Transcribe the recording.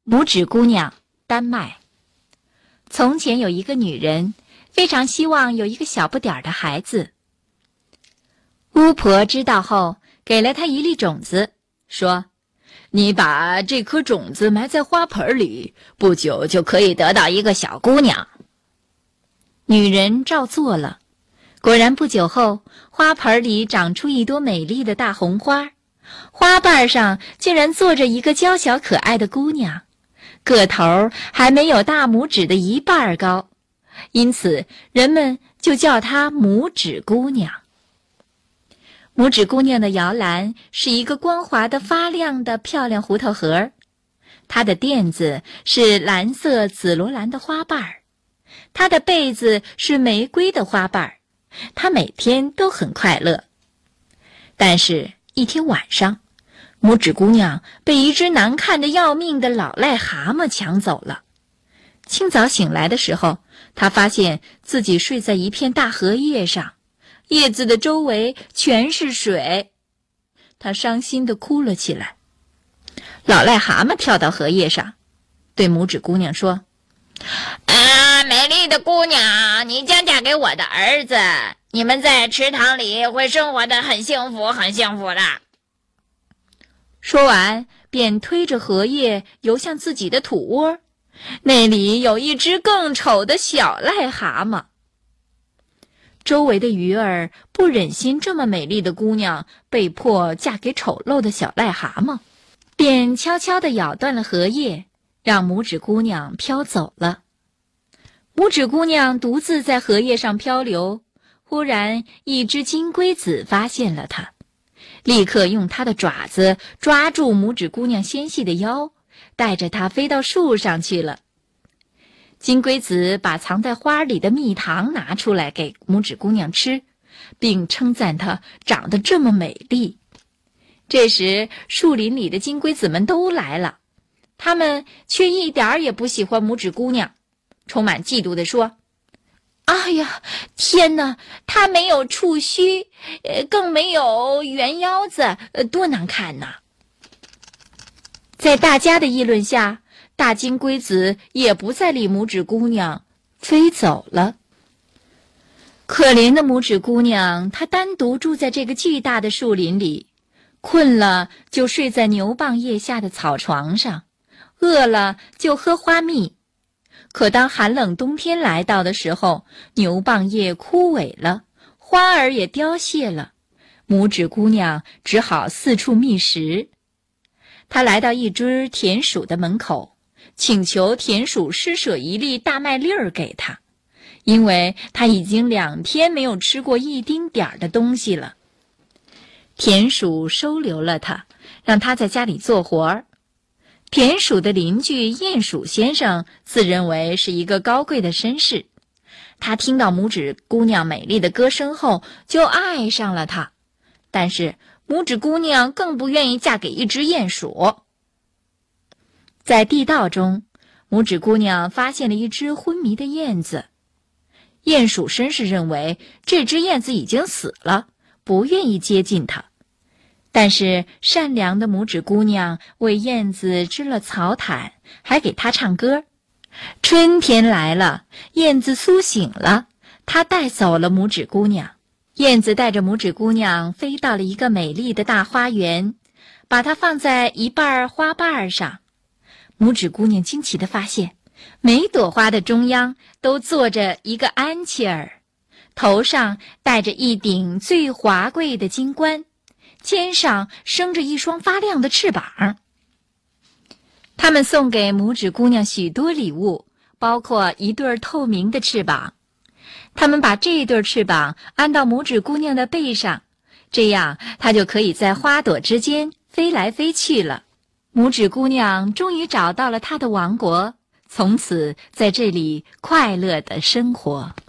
拇指姑娘，丹麦。从前有一个女人，非常希望有一个小不点儿的孩子。巫婆知道后，给了她一粒种子，说：“你把这颗种子埋在花盆里，不久就可以得到一个小姑娘。”女人照做了，果然不久后，花盆里长出一朵美丽的大红花，花瓣上竟然坐着一个娇小可爱的姑娘，个头还没有大拇指的一半高，因此人们就叫她拇指姑娘。拇指姑娘的摇篮是一个光滑的发亮的漂亮胡桃盒，她的垫子是蓝色紫罗兰的花瓣，她的被子是玫瑰的花瓣，她每天都很快乐。但是一天晚上，拇指姑娘被一只难看得要命的老癞蛤蟆抢走了。清早醒来的时候，她发现自己睡在一片大荷叶上，叶子的周围全是水。她伤心地哭了起来。老癞蛤蟆跳到荷叶上，对拇指姑娘说：“美丽的姑娘，你将嫁给我的儿子，你们在池塘里会生活得很幸福，很幸福的。”说完，便推着荷叶游向自己的土窝，那里有一只更丑的小癞蛤蟆。周围的鱼儿不忍心这么美丽的姑娘被迫嫁给丑陋的小癞蛤蟆，便悄悄地咬断了荷叶，让拇指姑娘飘走了。拇指姑娘独自在荷叶上漂流，忽然一只金龟子发现了她，立刻用它的爪子抓住拇指姑娘纤细的腰，带着她飞到树上去了。金龟子把藏在花里的蜜糖拿出来给拇指姑娘吃，并称赞她长得这么美丽。这时树林里的金龟子们都来了，他们却一点儿也不喜欢拇指姑娘，充满嫉妒地说：“哎呀，天哪，她没有触须，更没有圆腰子，多难看呐！”在大家的议论下，大金龟子也不再理拇指姑娘，飞走了。可怜的拇指姑娘，她单独住在这个巨大的树林里，困了就睡在牛蒡叶下的草床上，饿了就喝花蜜。可当寒冷冬天来到的时候，牛蒡叶枯萎了，花儿也凋谢了，拇指姑娘只好四处觅食。她来到一只田鼠的门口，请求田鼠施舍一粒大麦粒儿给她，因为她已经2天没有吃过一丁点儿的东西了。田鼠收留了她，让她在家里做活儿。田鼠的邻居鼹鼠先生自认为是一个高贵的绅士，他听到拇指姑娘美丽的歌声后就爱上了她，但是拇指姑娘更不愿意嫁给一只鼹鼠。在地道中，拇指姑娘发现了一只昏迷的燕子，鼹鼠绅士认为这只燕子已经死了，不愿意接近它。但是善良的拇指姑娘为燕子织了草毯，还给它唱歌。春天来了，燕子苏醒了，它带走了拇指姑娘。燕子带着拇指姑娘飞到了一个美丽的大花园，把它放在一半花瓣上。拇指姑娘惊奇地发现，每朵花的中央都坐着一个安琪儿，头上戴着一顶最华贵的金冠，肩上生着一双发亮的翅膀。他们送给拇指姑娘许多礼物，包括一对透明的翅膀。他们把这对翅膀安到拇指姑娘的背上，这样她就可以在花朵之间飞来飞去了。拇指姑娘终于找到了她的王国，从此在这里快乐地生活。